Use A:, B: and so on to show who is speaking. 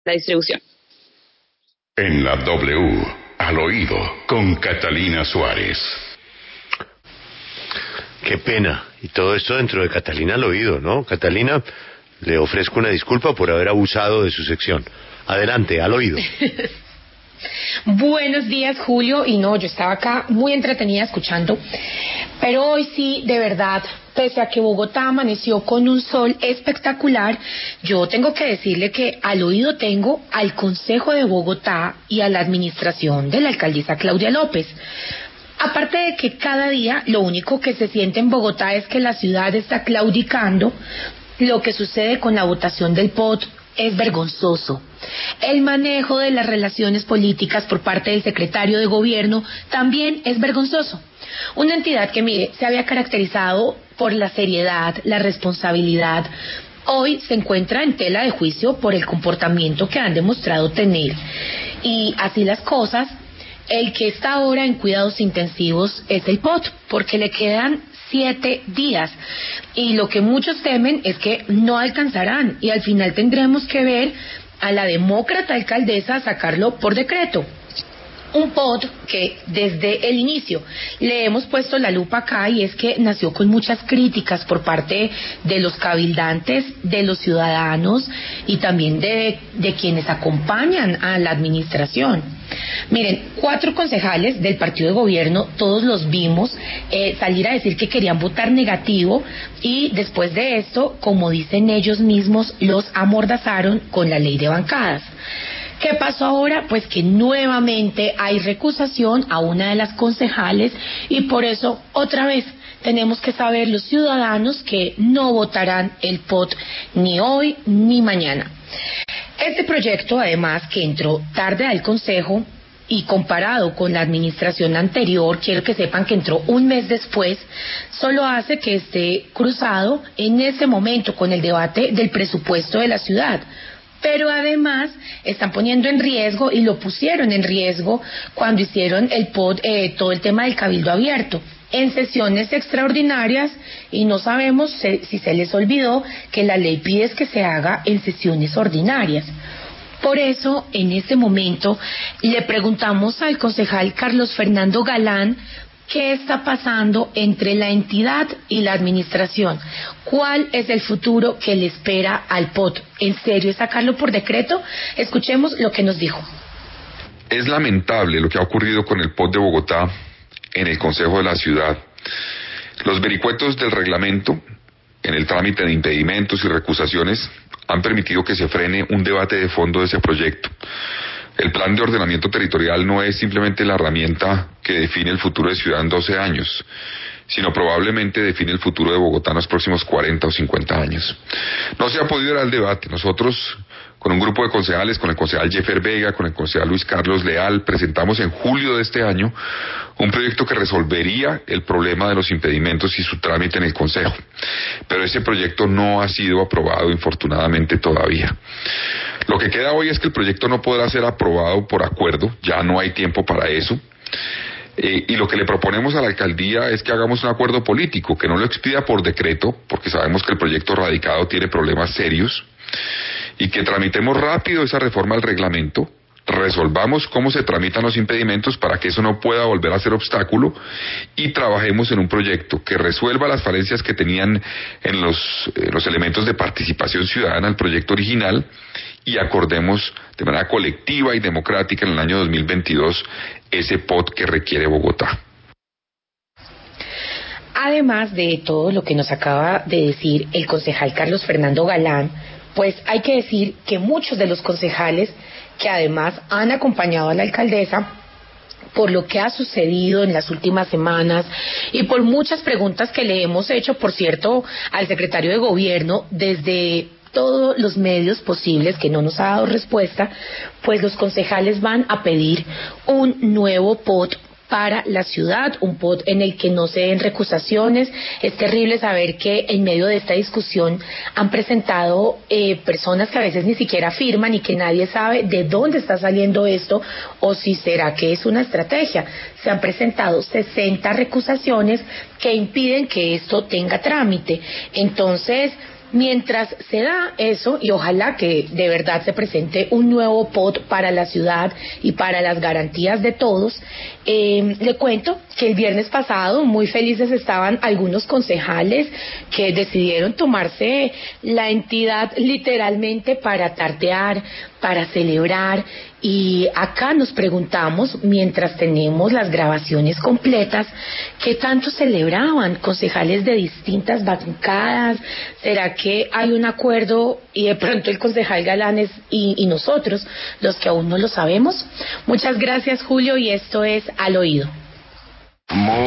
A: la distribución.
B: En la W, al oído, con Catalina Suárez.
C: Qué pena. Y todo esto dentro de Catalina al oído, ¿no? Catalina, le ofrezco una disculpa por haber abusado de su sección. Adelante, al oído.
D: Buenos días, Julio. Y no, yo estaba acá muy entretenida escuchando, pero hoy sí, de verdad, pese a que Bogotá amaneció con un sol espectacular, yo tengo que decirle que al oído tengo al Consejo de Bogotá y a la administración de la alcaldesa Claudia López. Aparte de que cada día lo único que se siente en Bogotá es que la ciudad está claudicando, lo que sucede con la votación del POT es vergonzoso. El manejo de las relaciones políticas por parte del secretario de gobierno también es vergonzoso. Una entidad que, mire, se había caracterizado por la seriedad, la responsabilidad, hoy se encuentra en tela de juicio por el comportamiento que han demostrado tener. Y así las cosas, el que está ahora en cuidados intensivos es el POT, porque le quedan 7 días. Y lo que muchos temen es que no alcanzarán y al final tendremos que ver a la demócrata alcaldesa sacarlo por decreto. Un POT que desde el inicio le hemos puesto la lupa acá, y es que nació con muchas críticas por parte de los cabildantes, de los ciudadanos y también de quienes acompañan a la administración. Miren, 4 concejales del partido de gobierno, todos los vimos salir a decir que querían votar negativo, y después de esto, como dicen ellos mismos, los amordazaron con la ley de bancadas. ¿Qué pasó ahora? Pues que nuevamente hay recusación a una de las concejales, y por eso otra vez tenemos que saber los ciudadanos que no votarán el POT ni hoy ni mañana. Este proyecto, además, que entró tarde al Consejo y comparado con la administración anterior, quiero que sepan que entró un mes después, solo hace que esté cruzado en ese momento con el debate del presupuesto de la ciudad. Pero además están poniendo en riesgo, y lo pusieron en riesgo cuando hicieron el POT, todo el tema del cabildo abierto, en sesiones extraordinarias, y no sabemos si se les olvidó que la ley pide que se haga en sesiones ordinarias. Por eso, en este momento, le preguntamos al concejal Carlos Fernando Galán qué está pasando entre la entidad y la administración. ¿Cuál es el futuro que le espera al POT? ¿En serio es sacarlo por decreto? Escuchemos lo que nos dijo.
E: Es lamentable lo que ha ocurrido con el POT de Bogotá en el Consejo de la Ciudad. Los vericuetos del reglamento en el trámite de impedimentos y recusaciones han permitido que se frene un debate de fondo de ese proyecto. El plan de ordenamiento territorial no es simplemente la herramienta que define el futuro de ciudad en 12 años, sino probablemente define el futuro de Bogotá en los próximos 40 o 50 años. No se ha podido ir al debate. Nosotros, con un grupo de concejales, con el concejal Jeffer Vega, con el concejal Luis Carlos Leal, presentamos en julio de este año un proyecto que resolvería el problema de los impedimentos y su trámite en el Consejo. Pero ese proyecto no ha sido aprobado, infortunadamente, todavía. Lo que queda hoy es que el proyecto no podrá ser aprobado por acuerdo, ya no hay tiempo para eso. Y lo que le proponemos a la alcaldía es que hagamos un acuerdo político, que no lo expida por decreto, porque sabemos que el proyecto radicado tiene problemas serios, y que tramitemos rápido esa reforma al reglamento, resolvamos cómo se tramitan los impedimentos para que eso no pueda volver a ser obstáculo, y trabajemos en un proyecto que resuelva las falencias que tenían en los elementos de participación ciudadana al proyecto original, y acordemos de manera colectiva y democrática en el año 2022 ese POT que requiere Bogotá.
D: Además de todo lo que nos acaba de decir el concejal Carlos Fernando Galán, pues hay que decir que muchos de los concejales que además han acompañado a la alcaldesa, por lo que ha sucedido en las últimas semanas y por muchas preguntas que le hemos hecho, por cierto, al secretario de gobierno desde todos los medios posibles, que no nos ha dado respuesta, pues los concejales van a pedir un nuevo POT para la ciudad, un POT en el que no se den recusaciones. Es terrible saber que en medio de esta discusión han presentado personas que a veces ni siquiera firman, y que nadie sabe de dónde está saliendo esto, o si será que es una estrategia. Se han presentado 60 recusaciones que impiden que esto tenga trámite. Entonces, Mientras se da eso, y ojalá que de verdad se presente un nuevo POT para la ciudad y para las garantías de todos, le cuento que el viernes pasado muy felices estaban algunos concejales que decidieron tomarse la entidad literalmente para tardear, para celebrar, y acá nos preguntamos, mientras tenemos las grabaciones completas, ¿qué tanto celebraban concejales de distintas bancadas? ¿Será que hay un acuerdo y de pronto el concejal Galanes y nosotros, los que aún no lo sabemos? Muchas gracias, Julio, y esto es Al Oído.